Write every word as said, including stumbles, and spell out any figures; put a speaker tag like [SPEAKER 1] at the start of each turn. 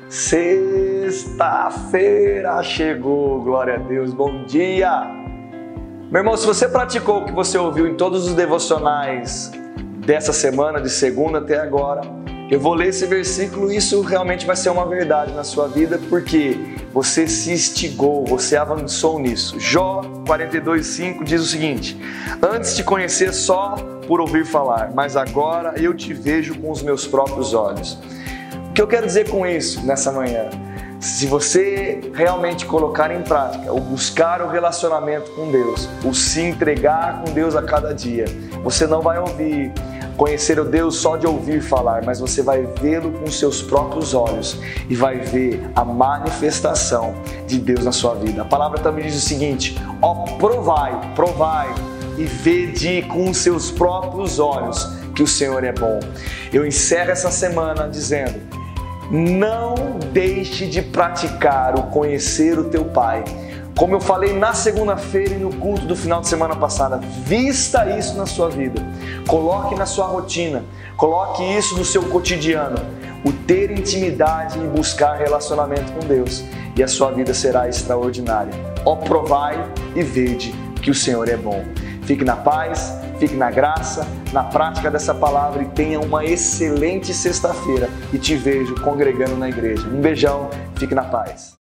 [SPEAKER 1] Sexta-feira chegou, glória a Deus, bom dia! Meu irmão, se você praticou o que você ouviu em todos os devocionais dessa semana, de segunda até agora, eu vou ler esse versículo e isso realmente vai ser uma verdade na sua vida, porque você se instigou, você avançou nisso. Jó quarenta e dois, cinco diz o seguinte: antes te conhecer só por ouvir falar, mas agora eu te vejo com os meus próprios olhos. O que eu quero dizer com isso nessa manhã? Se você realmente colocar em prática, o buscar o relacionamento com Deus, o se entregar com Deus a cada dia, você não vai ouvir, conhecer o Deus só de ouvir falar, mas você vai vê-lo com seus próprios olhos e vai ver a manifestação de Deus na sua vida. A palavra também diz o seguinte: ó, provai, provai e vede com seus próprios olhos que o Senhor é bom. Eu encerro essa semana dizendo: não deixe de praticar o conhecer o teu Pai. Como eu falei na segunda-feira e no culto do final de semana passada, vista isso na sua vida, coloque na sua rotina, coloque isso no seu cotidiano, o ter intimidade e buscar relacionamento com Deus, e a sua vida será extraordinária. Ó, provai e vede que o Senhor é bom. Fique na paz, fique na graça, na prática dessa palavra e tenha uma excelente sexta-feira e te vejo congregando na igreja. Um beijão, fique na paz.